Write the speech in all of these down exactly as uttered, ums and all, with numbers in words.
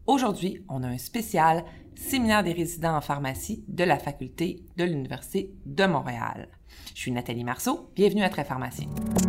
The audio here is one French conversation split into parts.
Aujourd'hui, on a un spécial séminaire des résidents en pharmacie de la faculté de l'Université de Montréal. Je suis Nathalie Marceau, bienvenue à Très Pharmacie.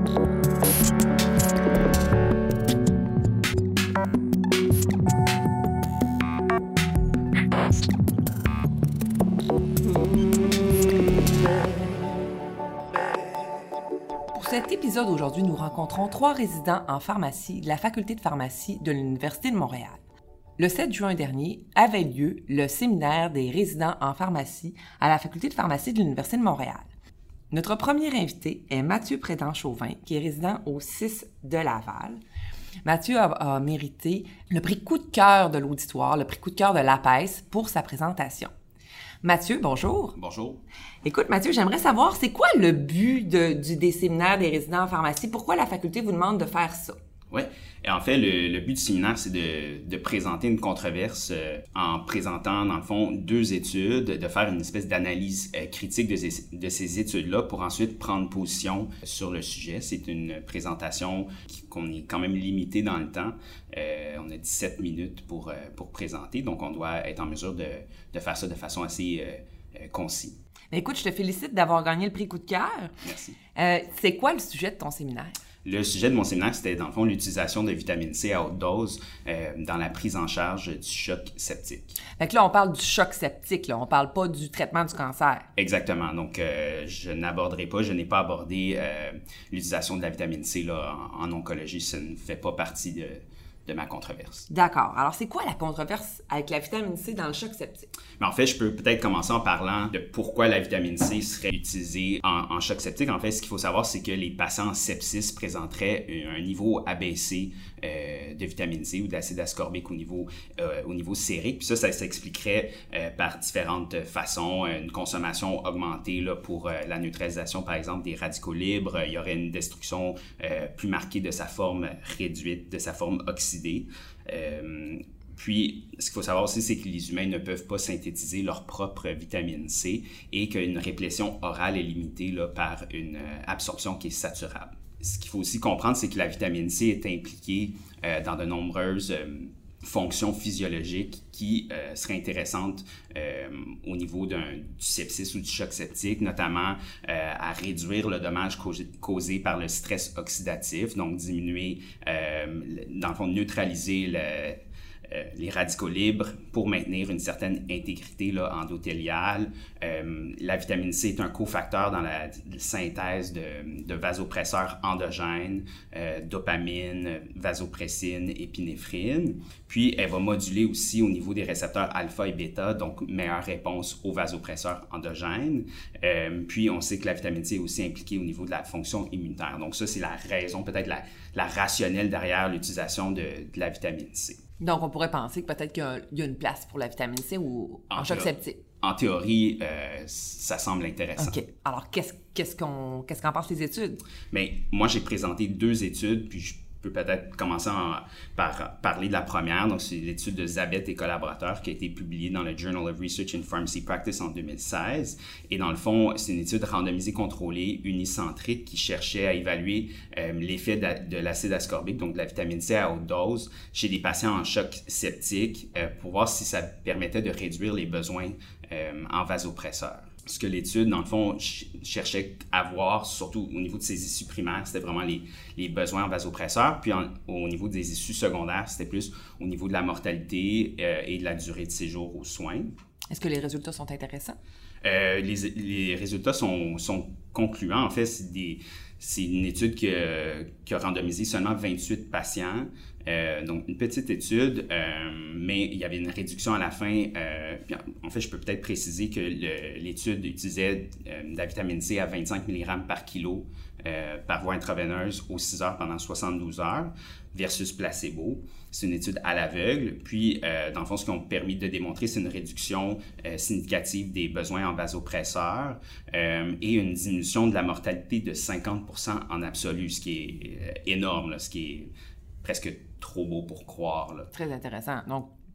Pour cet épisode aujourd'hui, nous rencontrons trois résidents en pharmacie de la faculté de pharmacie de l'Université de Montréal. Le sept juin dernier avait lieu le séminaire des résidents en pharmacie à la faculté de pharmacie de l'Université de Montréal. Notre premier invité est Mathieu Prédan-Chauvin, qui est résident au six de Laval. Mathieu a, a mérité le prix coup de cœur de l'auditoire, le prix coup de cœur de l'APES pour sa présentation. Mathieu, bonjour. Bonjour. Écoute, Mathieu, j'aimerais savoir, c'est quoi le but de, du, des séminaires des résidents en pharmacie? Pourquoi la faculté vous demande de faire ça? Oui. Et en fait, le, le but du séminaire, c'est de, de présenter une controverse euh, en présentant, dans le fond, deux études, de faire une espèce d'analyse euh, critique de ces, de ces études-là pour ensuite prendre position sur le sujet. C'est une présentation qui, qu'on est quand même limité dans le temps. Euh, on a dix-sept minutes pour, euh, pour présenter, donc on doit être en mesure de, de faire ça de façon assez euh, euh, concise. Mais écoute, je te félicite d'avoir gagné le prix coup de cœur. Merci. Euh, c'est quoi le sujet de ton séminaire? Le sujet de mon séminaire, c'était dans le fond l'utilisation de vitamine C à haute dose euh, dans la prise en charge du choc septique. Fait que là, on parle du choc septique, là. On parle pas du traitement du cancer. Exactement. Donc, euh, je n'aborderai pas, je n'ai pas abordé euh, l'utilisation de la vitamine C là, en, en oncologie. Ça ne fait pas partie de, de ma controverse. D'accord. Alors, c'est quoi la controverse avec la vitamine C dans le choc septique? Mais en fait, je peux peut-être commencer en parlant de pourquoi la vitamine C serait utilisée en, en choc septique. En fait, ce qu'il faut savoir, c'est que les patients en sepsis présenteraient un niveau abaissé euh, de vitamine C ou d'acide ascorbique au niveau, euh, au niveau sérique. Puis ça, ça s'expliquerait euh, par différentes façons. Une consommation augmentée là, pour euh, la neutralisation, par exemple, des radicaux libres. Il y aurait une destruction euh, plus marquée de sa forme réduite, de sa forme oxydée. Euh, Puis, ce qu'il faut savoir aussi, c'est que les humains ne peuvent pas synthétiser leur propre vitamine C et qu'une réplétion orale est limitée là, par une absorption qui est saturable. Ce qu'il faut aussi comprendre, c'est que la vitamine C est impliquée euh, dans de nombreuses euh, fonctions physiologiques qui euh, seraient intéressantes euh, au niveau d'un, du sepsis ou du choc septique, notamment euh, à réduire le dommage causé, causé par le stress oxydatif, donc diminuer, euh, dans le fond, neutraliser le Euh, les radicaux libres pour maintenir une certaine intégrité là, endothéliale. Euh, la vitamine C est un cofacteur dans la, la synthèse de, de vasopresseurs endogènes, euh, dopamine, vasopressine, épinéphrine. Puis, elle va moduler aussi au niveau des récepteurs alpha et bêta, donc meilleure réponse aux vasopresseurs endogènes. Euh, puis, on sait que la vitamine C est aussi impliquée au niveau de la fonction immunitaire. Donc, ça, c'est la raison, peut-être la, la rationnelle derrière l'utilisation de, de la vitamine C. Donc, on pourrait penser que peut-être qu'il y a, il y a une place pour la vitamine C ou en, en choc septique. En théorie, euh, ça semble intéressant. OK. Alors, qu'est-ce, qu'est-ce, qu'on, qu'est-ce qu'en pensent les études? Bien, moi, j'ai présenté deux études, puis je peux peut-être commencer en, par parler de la première. Donc, c'est l'étude de Zabet et collaborateurs qui a été publiée dans le Journal of Research in Pharmacy Practice en deux mille seize. Et dans le fond, c'est une étude randomisée contrôlée, unicentrique, qui cherchait à évaluer euh, l'effet de, de l'acide ascorbique, donc de la vitamine C à haute dose, chez des patients en choc septique, euh, pour voir si ça permettait de réduire les besoins euh, en vasopresseurs. Ce que l'étude, dans le fond, ch- cherchait à voir, surtout au niveau de ses issues primaires, c'était vraiment les, les besoins en vasopresseurs. Puis en, au niveau des issues secondaires, c'était plus au niveau de la mortalité euh, et de la durée de séjour aux soins. Est-ce que les résultats sont intéressants? Euh, les, les résultats sont, sont concluants. En fait, c'est, des, c'est une étude qui a, qui a randomisé seulement vingt-huit patients. Euh, donc, une petite étude, euh, mais il y avait une réduction à la fin. Euh, puis en fait, je peux peut-être préciser que le, l'étude utilisait euh, de la vitamine C à vingt-cinq milligrammes par kilo euh, par voie intraveineuse aux six heures pendant soixante-douze heures versus placebo. C'est une étude à l'aveugle. Puis, euh, dans le fond, ce qu'ils ont permis de démontrer, c'est une réduction euh, significative des besoins en vasopresseurs euh, et une diminution de la mortalité de cinquante pour cent en absolu, ce qui est euh, énorme, là, ce qui est presque trop beau pour croire. Là. Très intéressant. Donc,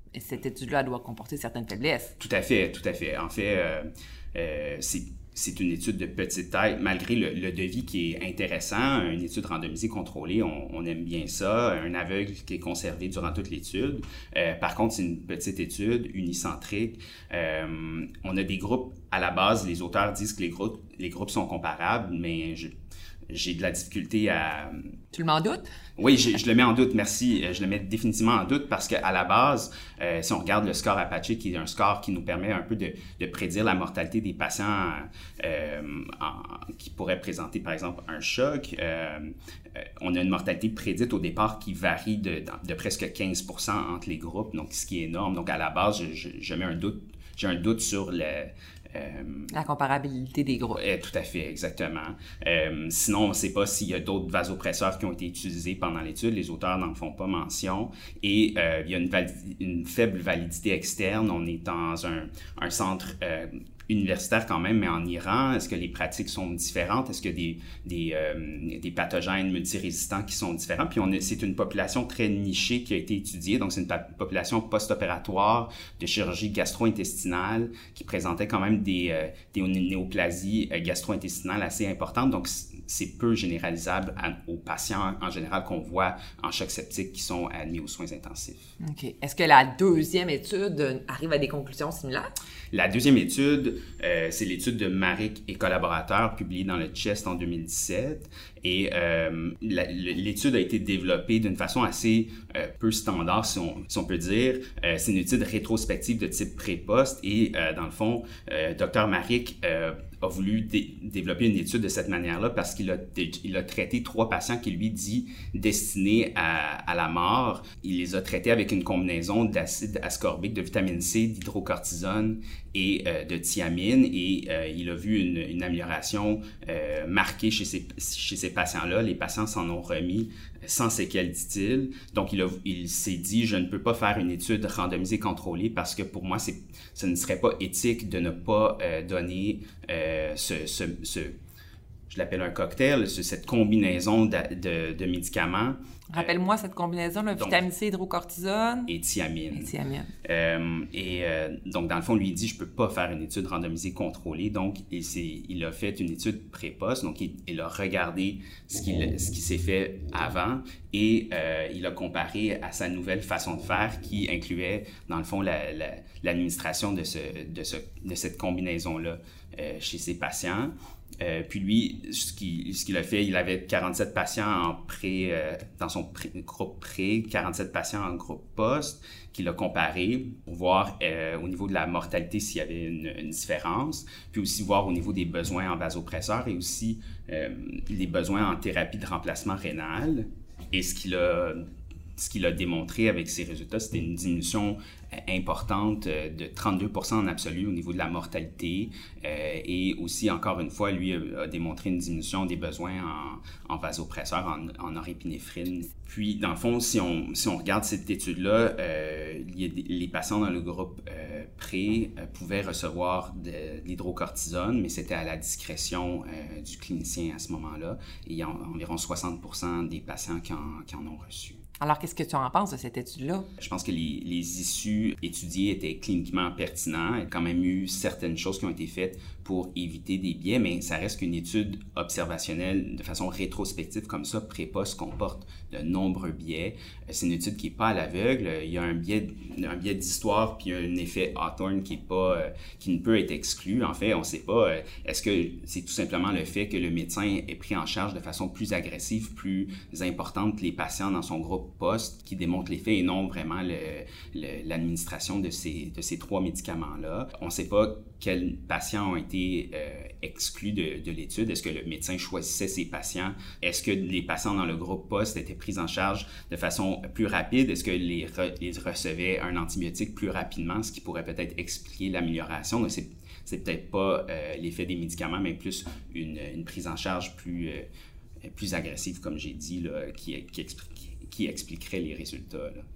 Et cette étude-là doit comporter certaines faiblesses. Tout à fait, tout à fait. En fait, euh, euh, c'est, c'est une étude de petite taille, malgré le, le devis qui est intéressant, une étude randomisée contrôlée, on, on aime bien ça, un aveugle qui est conservé durant toute l'étude. Euh, par contre, c'est une petite étude unicentrique. Euh, on a des groupes, à la base, les auteurs disent que les groupes, les groupes sont comparables, mais je, j'ai de la difficulté à... Tu le mets en doute? Oui, je, je le mets en doute, merci. Je le mets définitivement en doute parce qu'à la base, euh, si on regarde le score Apache, qui est un score qui nous permet un peu de, de prédire la mortalité des patients euh, en, qui pourraient présenter, par exemple, un choc, euh, euh, on a une mortalité prédite au départ qui varie de, de presque quinze pour cent entre les groupes, donc ce qui est énorme. Donc, à la base, je, je, je mets un doute, j'ai un doute sur le... Euh, la comparabilité des groupes. Euh, tout à fait, exactement. Euh, sinon, on ne sait pas s'il y a d'autres vasopresseurs qui ont été utilisés pendant l'étude. Les auteurs n'en font pas mention. Et euh, il y a une, validi- une faible validité externe. On est dans un, un centre euh, universitaire quand même, mais en Iran. Est-ce que les pratiques sont différentes? Est-ce qu'il y a des, des, euh, des pathogènes multirésistants qui sont différents? Puis on a, c'est une population très nichée qui a été étudiée. Donc, c'est une pa- population post-opératoire de chirurgie gastro-intestinale qui présentait quand même des, euh, des néoplasies euh, gastro-intestinales assez importantes. Donc, c'est peu généralisable à, aux patients en général qu'on voit en choc septique qui sont admis aux soins intensifs. OK. Est-ce que la deuxième étude arrive à des conclusions similaires? La deuxième étude, euh, c'est l'étude de Maric et collaborateurs publiée dans le Chest en deux mille dix-sept. Et euh, la, l'étude a été développée d'une façon assez euh, peu standard, si on, si on peut dire. Euh, c'est une étude rétrospective de type pré-post et, euh, dans le fond, euh, Dr Maric euh, a voulu dé- développer une étude de cette manière-là parce qu'il a, dé- il a traité trois patients qui lui dit destinés à, à la mort. Il les a traités avec une combinaison d'acide ascorbique, de vitamine C, d'hydrocortisone et euh, de thiamine. Et euh, il a vu une, une amélioration euh, marquée chez ces, chez ces patients-là. Les patients s'en ont remis sans séquelles, dit-il. Donc, il, a, il s'est dit, je ne peux pas faire une étude randomisée contrôlée parce que pour moi, c'est, ce ne serait pas éthique de ne pas euh, donner euh, ce, ce, ce, je l'appelle un cocktail, ce, cette combinaison de, de, de médicaments. Rappelle-moi cette combinaison, là, vitamine C, hydrocortisone et thiamine. Et thiamine. Euh, et euh, donc, dans le fond, lui, il dit, je peux pas faire une étude randomisée contrôlée. Donc, il, s'est, il a fait une étude pré-post. Donc, il, il a regardé ce, qu'il, ce qui s'est fait avant et euh, il a comparé à sa nouvelle façon de faire qui incluait, dans le fond, la, la, l'administration de, ce, de, ce, de cette combinaison-là euh, chez ses patients. Euh, puis lui, ce qu'il, ce qu'il a fait, il avait quarante-sept patients en pré, euh, dans son pré, groupe pré, quarante-sept patients en groupe post, qu'il a comparé pour voir euh, au niveau de la mortalité s'il y avait une, une différence, puis aussi voir au niveau des besoins en vasopresseurs et aussi euh, les besoins en thérapie de remplacement rénal. Et ce qu'il a Ce qu'il a démontré avec ses résultats, c'était une diminution importante de trente-deux pour cent en absolu au niveau de la mortalité. Euh, et aussi, encore une fois, lui a, a démontré une diminution des besoins en, en vasopresseurs, en, en norépinéphrine. Puis, dans le fond, si on, si on regarde cette étude-là, euh, il y a des, les patients dans le groupe euh, pré euh, pouvaient recevoir de, de l'hydrocortisone, mais c'était à la discrétion euh, du clinicien à ce moment-là. Et il y a environ soixante pour cent des patients qui en, qui en ont reçu. Alors, qu'est-ce que tu en penses de cette étude-là? Je pense que les, les issues étudiées étaient cliniquement pertinentes. Il y a quand même eu certaines choses qui ont été faites pour éviter des biais, mais ça reste qu'une étude observationnelle de façon rétrospective comme ça, pré-post, comporte de nombreux biais. C'est une étude qui n'est pas à l'aveugle. Il y a un biais, un biais d'histoire puis un effet Hawthorne qui est pas, qui ne peut être exclu. En fait, on ne sait pas, est-ce que c'est tout simplement le fait que le médecin est pris en charge de façon plus agressive, plus importante que les patients dans son groupe poste qui démontre l'effet et non vraiment le, le, l'administration de ces, de ces trois médicaments-là. On ne sait pas quels patients ont été euh, exclus de, de l'étude. Est-ce que le médecin choisissait ses patients? Est-ce que les patients dans le groupe poste étaient pris en charge de façon plus rapide? Est-ce que les, re, les recevaient un antibiotique plus rapidement, ce qui pourrait peut-être expliquer l'amélioration? Donc, c'est, c'est peut-être pas euh, l'effet des médicaments, mais plus une, une prise en charge plus, euh, plus agressive, comme j'ai dit, là, qui, qui explique qui expliquerait les résultats, là.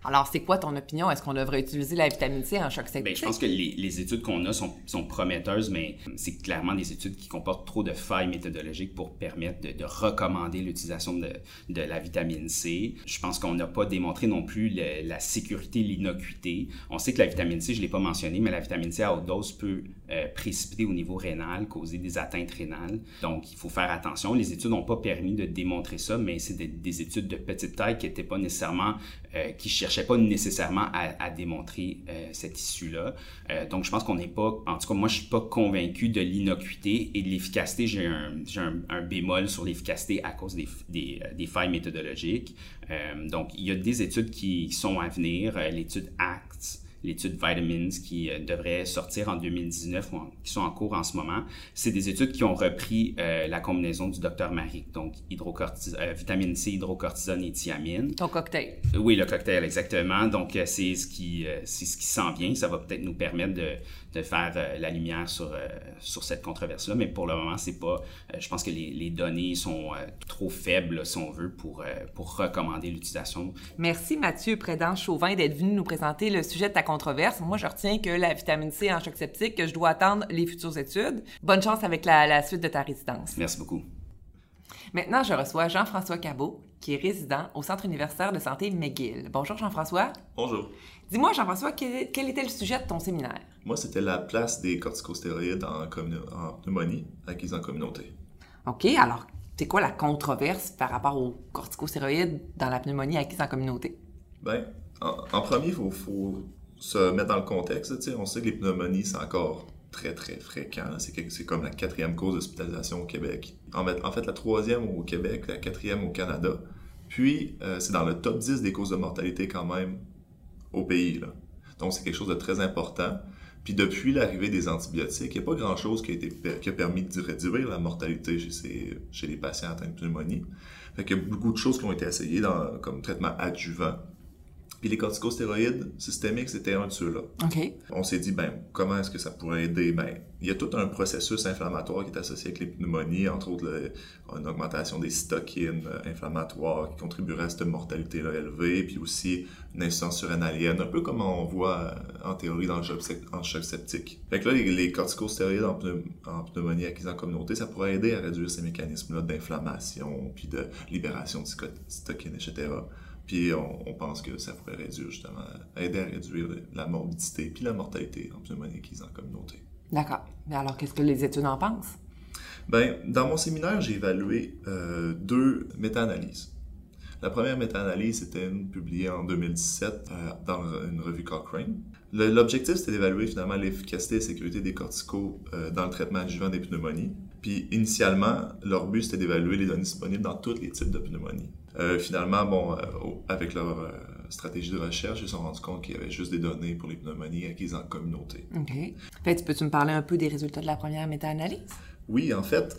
Alors, c'est quoi ton opinion? Est-ce qu'on devrait utiliser la vitamine C en choc septique? Bien, je pense que les, les études qu'on a sont, sont prometteuses, mais c'est clairement des études qui comportent trop de failles méthodologiques pour permettre de, de recommander l'utilisation de, de la vitamine C. Je pense qu'on n'a pas démontré non plus le, la sécurité, l'innocuité. On sait que la vitamine C, je ne l'ai pas mentionné, mais la vitamine C à haute dose peut euh, précipiter au niveau rénal, causer des atteintes rénales. Donc, il faut faire attention. Les études n'ont pas permis de démontrer ça, mais c'est des, des études de petite taille qui n'étaient pas nécessairement, euh, qui cherchaient pas nécessairement à, à démontrer euh, cette issue-là. Euh, donc, je pense qu'on n'est pas, en tout cas, moi, je suis pas convaincu de l'innocuité et de l'efficacité. J'ai un, j'ai un, un bémol sur l'efficacité à cause des, des, des failles méthodologiques. Euh, donc, il y a des études qui sont à venir. Euh, l'étude A C T, l'étude Vitamins qui euh, devrait sortir en deux mille dix-neuf ou en, qui sont en cours en ce moment. C'est des études qui ont repris euh, la combinaison du docteur Marik, donc hydrocortis- euh, vitamine C, hydrocortisone et thiamine. Ton cocktail. Oui, le cocktail, exactement. Donc, euh, c'est ce qui euh, c'est ce qui s'en vient. Ça va peut-être nous permettre de, de faire euh, la lumière sur, euh, sur cette controverse-là, mais pour le moment, c'est pas... Euh, je pense que les, les données sont euh, trop faibles, là, si on veut, pour, euh, pour recommander l'utilisation. Merci Mathieu Prédant-Chauvin d'être venu nous présenter le sujet de ta controverse. Moi, je retiens que la vitamine C en choc septique, que je dois attendre les futures études. Bonne chance avec la, la suite de ta résidence. Merci beaucoup. Maintenant, je reçois Jean-François Cabot, qui est résident au Centre universitaire de santé McGill. Bonjour Jean-François. Bonjour. Dis-moi Jean-François, quel, quel était le sujet de ton séminaire? Moi, c'était la place des corticostéroïdes en, commun... en pneumonie acquise en communauté. OK, alors c'est quoi la controverse par rapport aux corticostéroïdes dans la pneumonie acquise en communauté? Bien, en, en premier, il faut, faut se mettre dans le contexte. T'sais. On sait que les pneumonies, c'est encore très, très fréquent. C'est, c'est comme la quatrième cause d'hospitalisation au Québec. En, en fait, la troisième au Québec, la quatrième au Canada. Puis, euh, c'est dans le top dix des causes de mortalité quand même au pays. Là. Donc, c'est quelque chose de très important. Puis, depuis l'arrivée des antibiotiques, il n'y a pas grand-chose qui a, été, qui a permis de réduire la mortalité chez, ces, chez les patients atteints de pneumonie. Fait qu'il y a beaucoup de choses qui ont été essayées dans, comme traitement adjuvant. Puis les corticostéroïdes systémiques, c'était un de ceux-là. Okay. On s'est dit, ben, comment est-ce que ça pourrait aider? Ben, il y a tout un processus inflammatoire qui est associé avec les pneumonies, entre autres le, une augmentation des cytokines inflammatoires qui contribuerait à cette mortalité-là élevée, puis aussi une insuffisance surrénalienne, un peu comme on voit en théorie dans le choc, en choc septique. Fait que là, les, les corticostéroïdes en, pneum, en pneumonie acquise en communauté, ça pourrait aider à réduire ces mécanismes-là d'inflammation, puis de libération de cytokines, et cetera. Puis on, on pense que ça pourrait réduire justement, aider à réduire la morbidité puis la mortalité en pneumonie acquise en communauté. D'accord. Mais alors, qu'est-ce que les études en pensent? Bien, dans mon séminaire, j'ai évalué euh, deux méta-analyses. La première méta-analyse, c'était une publiée en deux mille dix-sept euh, dans une revue Cochrane. Le, l'objectif, c'était d'évaluer finalement l'efficacité et la sécurité des corticos euh, dans le traitement adjuvant des pneumonies. Puis initialement, leur but, c'était d'évaluer les données disponibles dans tous les types de pneumonies. Euh, finalement, bon, euh, avec leur euh, stratégie de recherche, ils se sont rendus compte qu'il y avait juste des données pour les pneumonies acquises en communauté. OK. Fait, peux-tu me parler un peu des résultats de la première méta-analyse? Oui, en fait,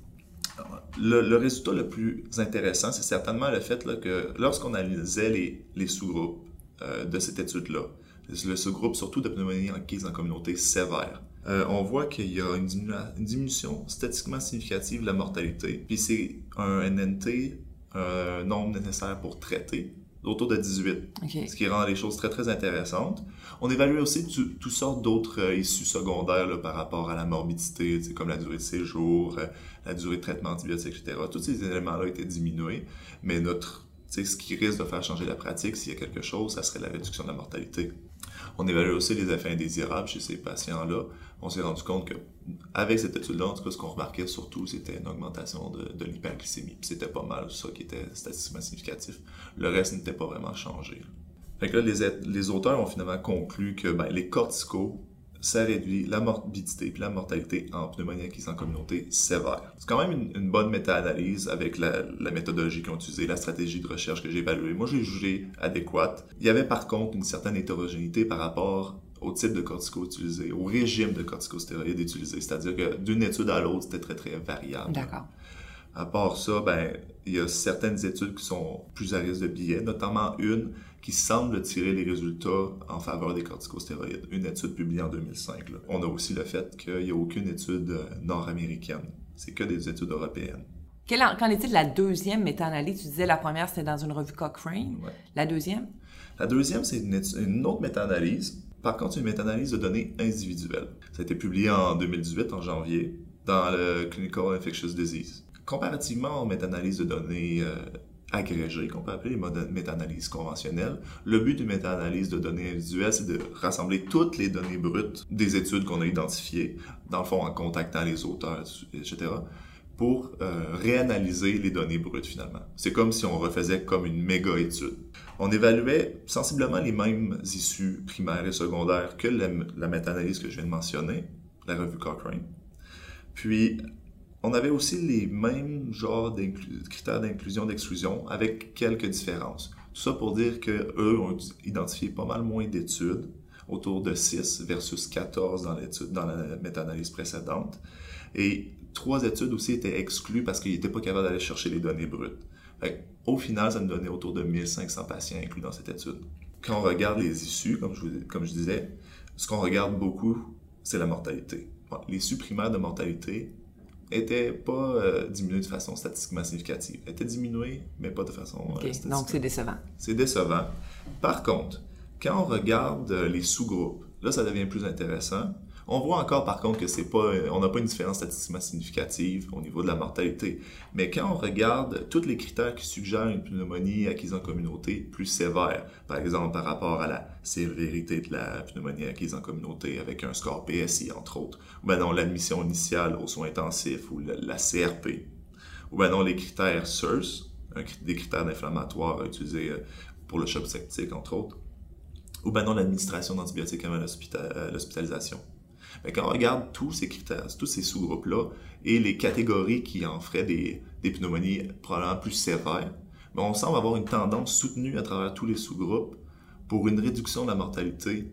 le, le résultat le plus intéressant, c'est certainement le fait là, que lorsqu'on analysait les, les sous-groupes euh, de cette étude-là, le sous-groupe surtout de pneumonie acquise en communauté sévère, Euh, on voit qu'il y a une, diminu- une diminution statistiquement significative de la mortalité. Puis c'est un N N T, un nombre nécessaire pour traiter, autour de dix-huit. Okay. Ce qui rend les choses très, très intéressantes. On évalue aussi tu, toutes sortes d'autres euh, issues secondaires là, par rapport à la morbidité, comme la durée de séjour, euh, la durée de traitement antibiotique, et cetera. Tous ces éléments-là étaient diminués, mais notre, ce qui risque de faire changer la pratique, s'il y a quelque chose, ça serait la réduction de la mortalité. On évalue aussi les effets indésirables chez ces patients-là. On s'est rendu compte qu'avec cette étude-là, en tout cas, ce qu'on remarquait surtout, c'était une augmentation de, de l'hyperglycémie. Puis c'était pas mal ça qui était statistiquement significatif. Le reste n'était pas vraiment changé. Fait que là, les, les auteurs ont finalement conclu que ben, les corticos, ça réduit la morbidité puis la mortalité en pneumonie acquise en communauté sévère. C'est quand même une, une bonne méta-analyse avec la, la méthodologie qu'ils ont utilisée, la stratégie de recherche que j'ai évaluée. Moi, j'ai jugé adéquate. Il y avait par contre une certaine hétérogénéité par rapport au type de cortico utilisé, au régime de corticostéroïdes utilisé. C'est-à-dire que d'une étude à l'autre, c'était très, très variable. D'accord. À part ça, ben, il y a certaines études qui sont plus à risque de biais, notamment une qui semble tirer les résultats en faveur des corticostéroïdes. Une étude publiée en deux mille cinq. Là. On a aussi le fait qu'il n'y a aucune étude nord-américaine. C'est que des études européennes. Qu'en est-il de la deuxième méta-analyse? Tu disais la première, c'était dans une revue Cochrane. Ouais. La deuxième? La deuxième, c'est une, une autre méta-analyse. Par contre, une méta-analyse de données individuelles. Ça a été publié en deux mille dix-huit, en janvier, dans le Clinical Infectious Disease. Comparativement aux méta-analyses de données euh, agrégées, qu'on peut appeler les méta-analyses conventionnelles, le but d'une méta-analyse de données individuelles, c'est de rassembler toutes les données brutes des études qu'on a identifiées, dans le fond en contactant les auteurs, et cetera, pour euh, réanalyser les données brutes finalement. C'est comme si on refaisait comme une méga-étude. On évaluait sensiblement les mêmes issues primaires et secondaires que la, la méta-analyse que je viens de mentionner, la revue Cochrane. Puis, on avait aussi les mêmes genres de critères d'inclusion-d'exclusion avec quelques différences. Tout ça pour dire qu'eux ont identifié pas mal moins d'études, autour de six versus quatorze dans, dans la méta-analyse précédente. Et trois études aussi étaient exclues parce qu'ils n'étaient pas capables d'aller chercher les données brutes. Fait, au final, ça nous donnait autour de mille cinq cents patients inclus dans cette étude. Quand on regarde les issues, comme je, comme je disais, ce qu'on regarde beaucoup, c'est la mortalité. Bon, les issues primaires de mortalité n'étaient pas euh, diminuées de façon statistiquement significative. Elles étaient diminuées, mais pas de façon okay. euh, Donc, c'est décevant. C'est décevant. Par contre, quand on regarde les sous-groupes, là, ça devient plus intéressant. On voit encore, par contre, que c'est pas, on n'a pas une différence statistiquement significative au niveau de la mortalité. Mais quand on regarde tous les critères qui suggèrent une pneumonie acquise en communauté plus sévère, par exemple par rapport à la sévérité de la pneumonie acquise en communauté avec un score P S I, entre autres, ou bien non, l'admission initiale aux soins intensifs ou la, la C R P, ou bien non, les critères S I R S, un, des critères d'inflammatoire à utiliser pour le choc septique, entre autres, ou bien non, l'administration d'antibiotiques avant l'hospitalisation. Mais quand on regarde tous ces critères, tous ces sous-groupes-là et les catégories qui en feraient des, des pneumonies probablement plus sévères, bien, on semble avoir une tendance soutenue à travers tous les sous-groupes pour une réduction de la mortalité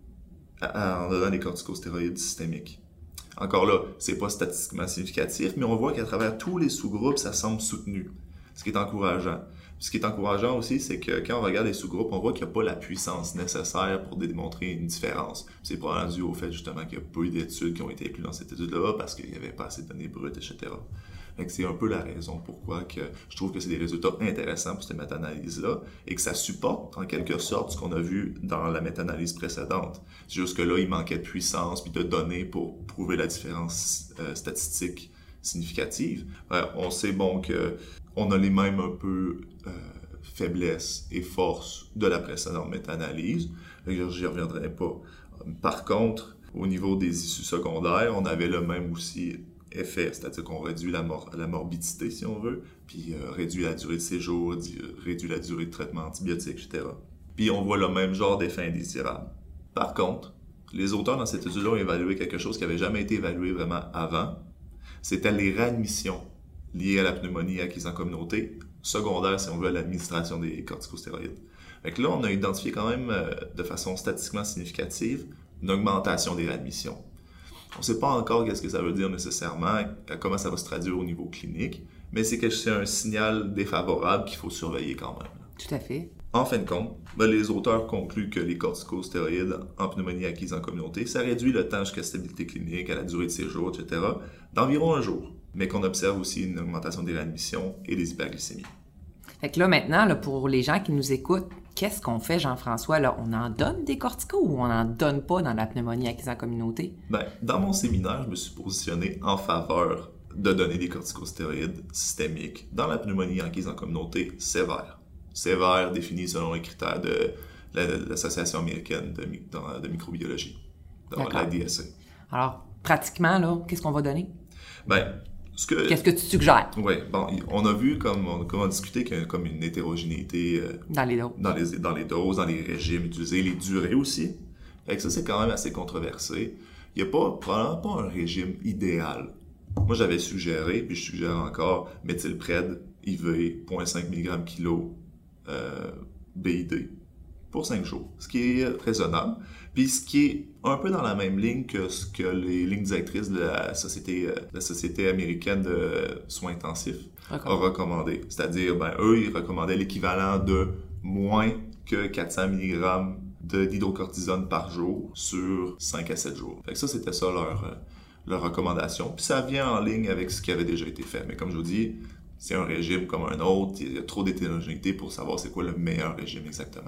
à, à, en donnant des corticostéroïdes systémiques. Encore là, c'est pas statistiquement significatif, mais on voit qu'à travers tous les sous-groupes, ça semble soutenu, ce qui est encourageant. Ce qui est encourageant aussi, c'est que quand on regarde les sous-groupes, on voit qu'il n'y a pas la puissance nécessaire pour démontrer une différence. C'est probablement dû au fait justement qu'il n'y a pas eu d'études qui ont été incluses dans cette étude-là parce qu'il n'y avait pas assez de données brutes, et cetera. Donc, c'est un peu la raison pourquoi que je trouve que c'est des résultats intéressants pour cette méta-analyse-là et que ça supporte en quelque sorte ce qu'on a vu dans la méta-analyse précédente. C'est juste que là, il manquait de puissance puis de données pour prouver la différence euh, statistique significative. Euh, on sait bon que on a les mêmes un peu euh, faiblesses et forces de la précédente méta-analyse. J'y reviendrai pas. Par contre, au niveau des issues secondaires, on avait le même aussi effet, c'est-à-dire qu'on réduit la, mor la morbidité, si on veut, puis euh, réduit la durée de séjour, réduit la durée de traitement antibiotique, et cetera. Puis on voit le même genre d'effet indésirable. Par contre, les auteurs dans cette étude-là ont évalué quelque chose qui n'avait jamais été évalué vraiment avant. C'était les réadmissions liées à la pneumonie acquise en communauté, secondaire, si on veut, à l'administration des corticostéroïdes. Fait que là, on a identifié quand même, euh, de façon statistiquement significative, une augmentation des réadmissions. On ne sait pas encore qu'est-ce que ça veut dire nécessairement, comment ça va se traduire au niveau clinique, mais c'est que c'est un signal défavorable qu'il faut surveiller quand même. Tout à fait. En fin de compte, ben, les auteurs concluent que les corticostéroïdes en pneumonie acquise en communauté, ça réduit le temps jusqu'à stabilité clinique, à la durée de séjour, et cetera, d'environ un jour, mais qu'on observe aussi une augmentation des réadmissions et des hyperglycémies. Fait que là, maintenant, là, pour les gens qui nous écoutent, qu'est-ce qu'on fait, Jean-François? Là, on en donne des corticos ou on n'en donne pas dans la pneumonie acquise en communauté? Ben, dans mon séminaire, je me suis positionné en faveur de donner des corticostéroïdes systémiques dans la pneumonie acquise en communauté sévère. Sévère définie selon les critères de l'Association américaine de, de, de microbiologie, donc la D S A. Alors, pratiquement, là, qu'est-ce qu'on va donner? Ben, ce que... Qu'est-ce que tu suggères? Oui, bon, on a vu, comme on, comme on a discuté, qu'il y a comme une hétérogénéité euh, dans les doses, dans les, dans les doses, dans les régimes utilisés, les durées aussi. Fait que ça, c'est quand même assez controversé. Il n'y a pas, probablement pas un régime idéal. Moi, j'avais suggéré, puis je suggère encore, méthylpred, I V, zéro virgule cinq milligrammes kilo euh, B I D pour cinq jours, ce qui est raisonnable, puis ce qui est un peu dans la même ligne que ce que les lignes directrices de la Société, la Société américaine de soins intensifs a recommandé. C'est-à-dire, ben, eux, ils recommandaient l'équivalent de moins que quatre cents milligrammes d'hydrocortisone par jour sur cinq à sept jours. Fait que ça, c'était ça leur, leur recommandation. Puis ça vient en ligne avec ce qui avait déjà été fait. Mais comme je vous dis, c'est un régime comme un autre, il y a trop d'hétérogénéité pour savoir c'est quoi le meilleur régime exactement.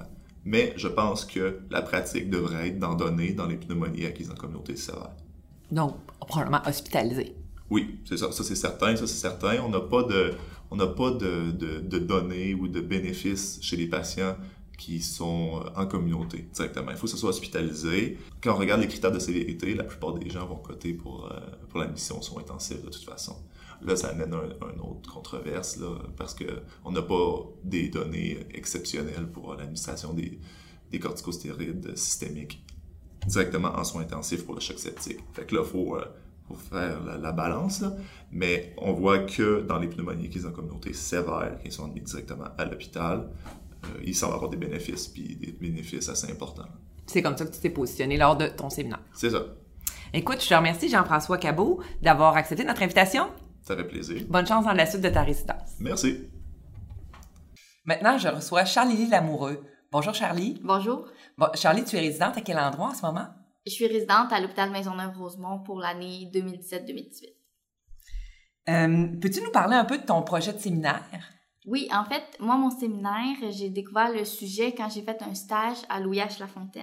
mais je pense que la pratique devrait être d'en donner dans les pneumonies acquises en communauté sévère. Donc, probablement hospitalisé. Oui, c'est ça, ça c'est certain, ça c'est certain. On n'a pas de, on n'a pas de, de, de données ou de bénéfices chez les patients qui sont en communauté directement. Il faut que ce soit hospitalisé. Quand on regarde les critères de sévérité, la plupart des gens vont coter pour, euh, pour l'admission aux soins intensifs de toute façon. Là, ça amène un, un autre controverse, là, parce qu'on n'a pas des données exceptionnelles pour l'administration des, des corticostéroïdes systémiques directement en soins intensifs pour le choc septique. Fait que là, il faut, euh, faut faire la, la balance, là. Mais on voit que dans les pneumonies qui sont en communauté sévères, qui sont admis directement à l'hôpital, euh, il semble avoir des bénéfices, puis des bénéfices assez importants. C'est comme ça que tu t'es positionné lors de ton séminaire. C'est ça. Écoute, je te remercie, Jean-François Cabot, d'avoir accepté notre invitation. Ça fait plaisir. Bonne chance dans la suite de ta résidence. Merci. Maintenant, je reçois Charlie Lamoureux. Bonjour, Charlie. Bonjour. Bon, Charlie, tu es résidente à quel endroit en ce moment? Je suis résidente à l'hôpital Maisonneuve-Rosemont pour l'année deux mille dix-sept deux mille dix-huit. Euh, peux-tu nous parler un peu de ton projet de séminaire? Oui, en fait, moi, mon séminaire, j'ai découvert le sujet quand j'ai fait un stage à Louis H. Lafontaine,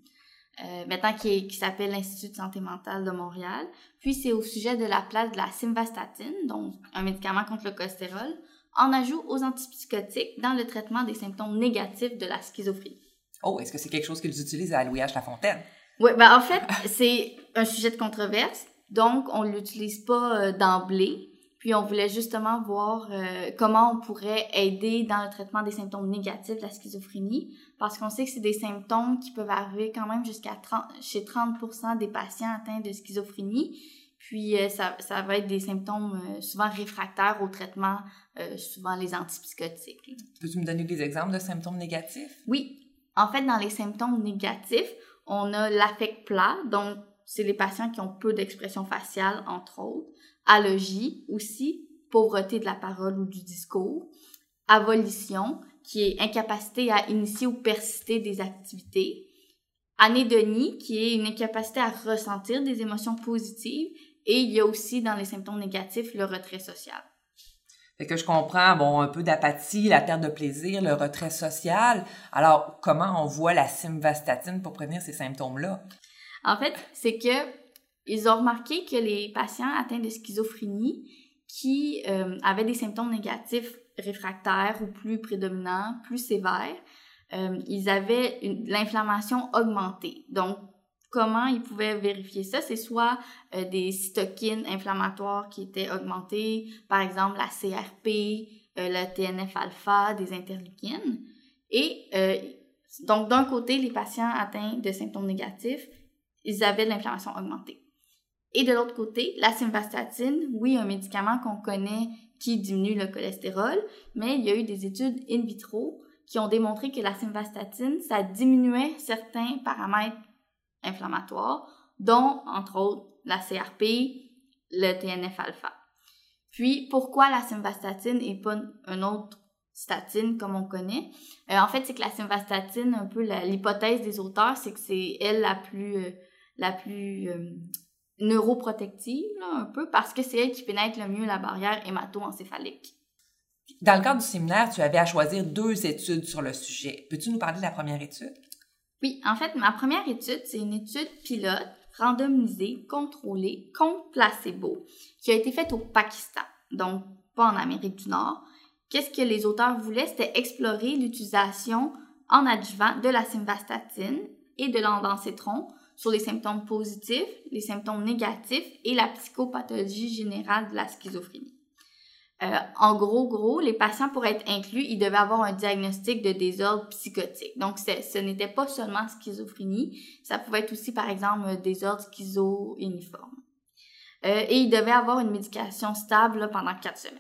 euh, maintenant qui, qui s'appelle l'Institut de santé mentale de Montréal. Puis, c'est au sujet de la place de la simvastatine, donc un médicament contre le cholestérol, en ajout aux antipsychotiques dans le traitement des symptômes négatifs de la schizophrénie. Oh, est-ce que c'est quelque chose qu'ils utilisent à Louis H. Lafontaine? Oui, ben en fait, c'est un sujet de controverse, donc on ne l'utilise pas euh, d'emblée. Puis on voulait justement voir euh, comment on pourrait aider dans le traitement des symptômes négatifs de la schizophrénie, parce qu'on sait que c'est des symptômes qui peuvent arriver quand même jusqu'à trente, chez trente pour cent des patients atteints de schizophrénie. Puis euh, ça, ça va être des symptômes euh, souvent réfractaires au traitement, euh, souvent les antipsychotiques. Là. Peux-tu me donner des exemples de symptômes négatifs? Oui. En fait, dans les symptômes négatifs, on a l'affect plat, donc c'est les patients qui ont peu d'expression faciale, entre autres. Allogie aussi, pauvreté de la parole ou du discours. Avolition, qui est incapacité à initier ou persister des activités. Anédonie, qui est une incapacité à ressentir des émotions positives. Et il y a aussi dans les symptômes négatifs le retrait social. Fait que je comprends, bon, un peu d'apathie, la perte de plaisir, le retrait social. Alors, comment on voit la simvastatine pour prévenir ces symptômes-là? En fait, c'est que ils ont remarqué que les patients atteints de schizophrénie qui euh, avaient des symptômes négatifs réfractaires ou plus prédominants, plus sévères, euh, ils avaient une, l'inflammation augmentée. Donc, comment ils pouvaient vérifier ça? C'est soit euh, des cytokines inflammatoires qui étaient augmentées, par exemple la C R P, euh, le T N F alpha, des interleukines. Et euh, donc, d'un côté, les patients atteints de symptômes négatifs, ils avaient de l'inflammation augmentée. Et de l'autre côté, la simvastatine, oui, un médicament qu'on connaît qui diminue le cholestérol, mais il y a eu des études in vitro qui ont démontré que la simvastatine, ça diminuait certains paramètres inflammatoires, dont, entre autres, la C R P, le T N F alpha. Puis, pourquoi la simvastatine et pas une autre statine comme on connaît? Euh, en fait, c'est que la simvastatine, un peu la, l'hypothèse des auteurs, c'est que c'est elle la plus, euh, la plus euh, neuroprotective, là, un peu, parce que c'est elle qui pénètre le mieux la barrière hémato-encéphalique. Dans le cadre du séminaire, tu avais à choisir deux études sur le sujet. Peux-tu nous parler de la première étude? Oui, en fait, ma première étude, c'est une étude pilote, randomisée, contrôlée, contre placebo, qui a été faite au Pakistan, donc pas en Amérique du Nord. Qu'est-ce que les auteurs voulaient? C'était explorer l'utilisation en adjuvant de la simvastatine et de l'ondansetron sur les symptômes positifs, les symptômes négatifs et la psychopathologie générale de la schizophrénie. Euh, en gros, gros, les patients, pour être inclus, ils devaient avoir un diagnostic de désordre psychotique. Donc, ce n'était pas seulement schizophrénie, ça pouvait être aussi, par exemple, un désordre schizo-uniforme. Euh, et ils devaient avoir une médication stable là, pendant quatre semaines.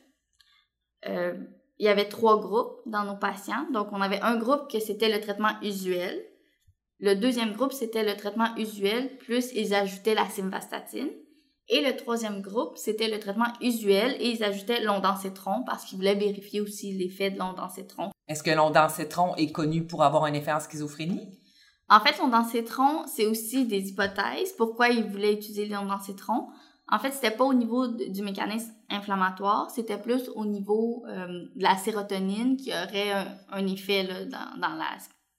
Euh, il y avait trois groupes dans nos patients. Donc, on avait un groupe que c'était le traitement usuel. Le deuxième groupe, c'était le traitement usuel, plus ils ajoutaient la simvastatine. Et le troisième groupe, c'était le traitement usuel et ils ajoutaient l'ondansetron parce qu'ils voulaient vérifier aussi l'effet de l'ondansetron. Est-ce que l'ondansetron est connu pour avoir un effet en schizophrénie? En fait, l'ondansetron, c'est aussi des hypothèses. Pourquoi ils voulaient utiliser l'ondansetron? En fait, c'était pas au niveau de, du mécanisme inflammatoire, c'était plus au niveau euh, de la sérotonine qui aurait un, un effet là, dans, dans, la,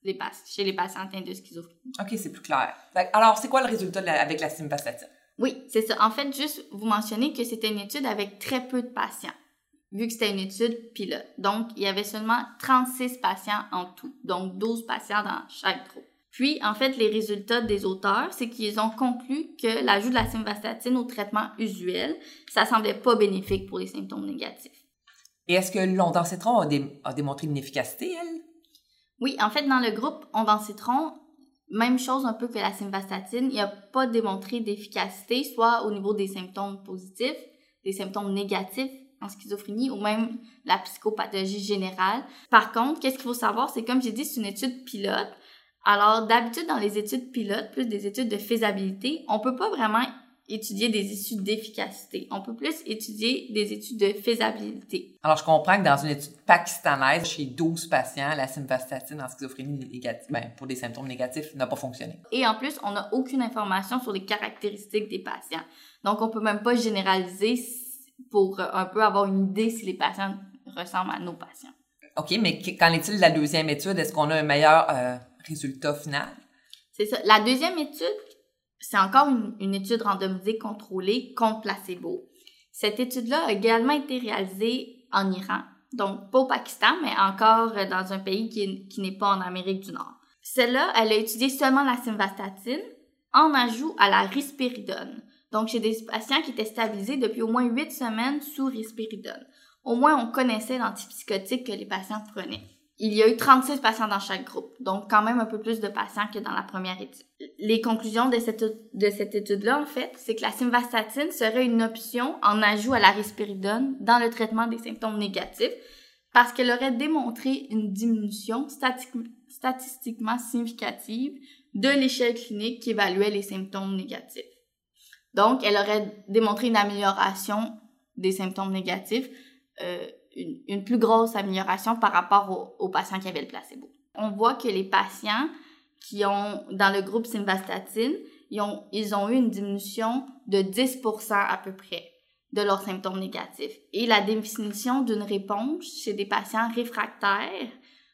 les pas- chez les patients atteints de schizophrénie. OK, c'est plus clair. Fait- Alors, c'est quoi le résultat de la- avec la simvastatine? Oui, c'est ça. En fait, juste vous mentionner que c'était une étude avec très peu de patients, vu que c'était une étude pilote. Donc, il y avait seulement trente-six patients en tout, donc douze patients dans chaque groupe. Puis, en fait, les résultats des auteurs, c'est qu'ils ont conclu que l'ajout de la simvastatine au traitement usuel, ça semblait pas bénéfique pour les symptômes négatifs. Et est-ce que l'ondansetron a, dé- a démontré une efficacité, elle? Oui, en fait, dans le groupe ondansetron, même chose un peu que la simvastatine, il n'y a pas démontré d'efficacité, soit au niveau des symptômes positifs, des symptômes négatifs en schizophrénie ou même la psychopathologie générale. Par contre, qu'est-ce qu'il faut savoir, c'est comme j'ai dit, c'est une étude pilote. Alors, d'habitude, dans les études pilotes, plus des études de faisabilité, on peut pas vraiment étudier des études d'efficacité. On peut plus étudier des études de faisabilité. Alors, je comprends que dans une étude pakistanaise, chez douze patients, la simvastatine en schizophrénie négative, ben, pour des symptômes négatifs, n'a pas fonctionné. Et en plus, on n'a aucune information sur les caractéristiques des patients. Donc, on peut même pas généraliser pour un peu avoir une idée si les patients ressemblent à nos patients. OK, mais qu'en est-il de la deuxième étude? Est-ce qu'on a un meilleur euh, résultat final? C'est ça. La deuxième étude, c'est encore une, une étude randomisée contrôlée contre placebo. Cette étude-là a également été réalisée en Iran, donc pas au Pakistan, mais encore dans un pays qui, qui n'est pas en Amérique du Nord. Celle-là, elle a étudié seulement la simvastatine en ajout à la risperidone. Donc, chez des patients qui étaient stabilisés depuis au moins huit semaines sous risperidone. Au moins, on connaissait l'antipsychotique que les patients prenaient. Il y a eu trente-six patients dans chaque groupe, donc quand même un peu plus de patients que dans la première étude. Les conclusions de cette, de cette étude-là, en fait, c'est que la simvastatine serait une option en ajout à la risperidone dans le traitement des symptômes négatifs parce qu'elle aurait démontré une diminution stati- statistiquement significative de l'échelle clinique qui évaluait les symptômes négatifs. Donc, elle aurait démontré une amélioration des symptômes négatifs, euh, Une, une plus grosse amélioration par rapport aux, aux patients qui avaient le placebo. On voit que les patients qui ont, dans le groupe simvastatine, ils ont, ils ont eu une diminution de dix pour cent à peu près de leurs symptômes négatifs. Et la définition d'une réponse chez des patients réfractaires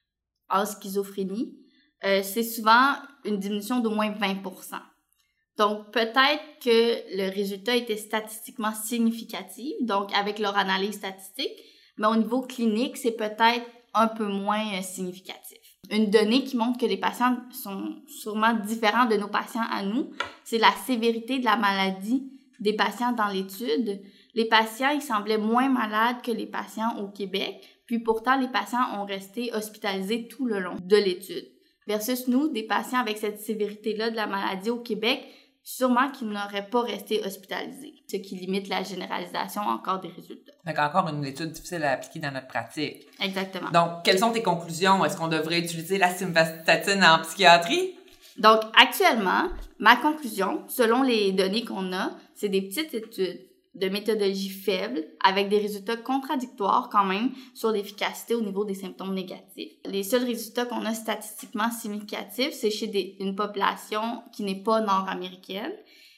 en schizophrénie, euh, c'est souvent une diminution d'au moins vingt pour cent. Donc, peut-être que le résultat était statistiquement significatif, donc avec leur analyse statistique, mais au niveau clinique, c'est peut-être un peu moins euh, significatif. Une donnée qui montre que les patients sont sûrement différents de nos patients à nous, c'est la sévérité de la maladie des patients dans l'étude. Les patients, ils semblaient moins malades que les patients au Québec, puis pourtant, les patients ont resté hospitalisés tout le long de l'étude. Versus nous, des patients avec cette sévérité-là de la maladie au Québec, sûrement qu'ils n'auraient pas resté hospitalisés, ce qui limite la généralisation encore des résultats. Donc, encore une étude difficile à appliquer dans notre pratique. Exactement. Donc, quelles sont tes conclusions? Est-ce qu'on devrait utiliser la simvastatine en psychiatrie? Donc, actuellement, ma conclusion, selon les données qu'on a, c'est des petites études de méthodologie faible avec des résultats contradictoires quand même sur l'efficacité au niveau des symptômes négatifs. Les seuls résultats qu'on a statistiquement significatifs, c'est chez des, une population qui n'est pas nord-américaine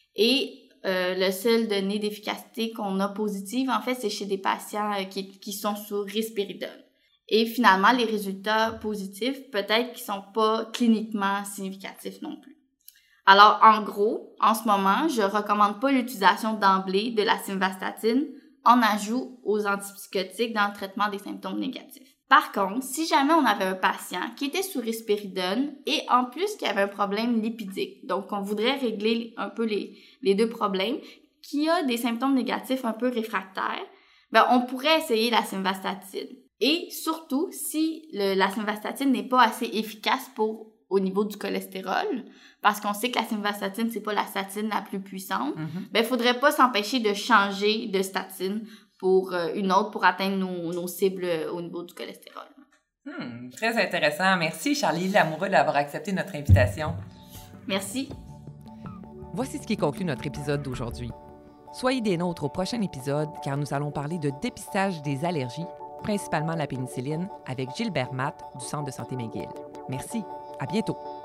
et euh, le seul donné d'efficacité qu'on a positive, en fait, c'est chez des patients euh, qui, qui sont sous risperidone. Et finalement, les résultats positifs, peut-être qu'ils sont pas cliniquement significatifs non plus. Alors, en gros, en ce moment, je recommande pas l'utilisation d'emblée de la simvastatine en ajout aux antipsychotiques dans le traitement des symptômes négatifs. Par contre, si jamais on avait un patient qui était sous risperidone et en plus qui avait un problème lipidique, donc on voudrait régler un peu les, les deux problèmes, qui a des symptômes négatifs un peu réfractaires, ben on pourrait essayer la simvastatine. Et surtout, si le, la simvastatine n'est pas assez efficace pour au niveau du cholestérol, parce qu'on sait que la simvastatine, c'est pas la statine la plus puissante, mm-hmm. ben, il faudrait pas s'empêcher de changer de statine pour euh, une autre pour atteindre nos, nos cibles au niveau du cholestérol. Hmm, très intéressant. Merci, Charlie Lamoureux, d'avoir accepté notre invitation. Merci. Voici ce qui conclut notre épisode d'aujourd'hui. Soyez des nôtres au prochain épisode, car nous allons parler de dépistage des allergies, principalement la pénicilline, avec Gilbert Matt du Centre de santé McGill. Merci. À bientôt!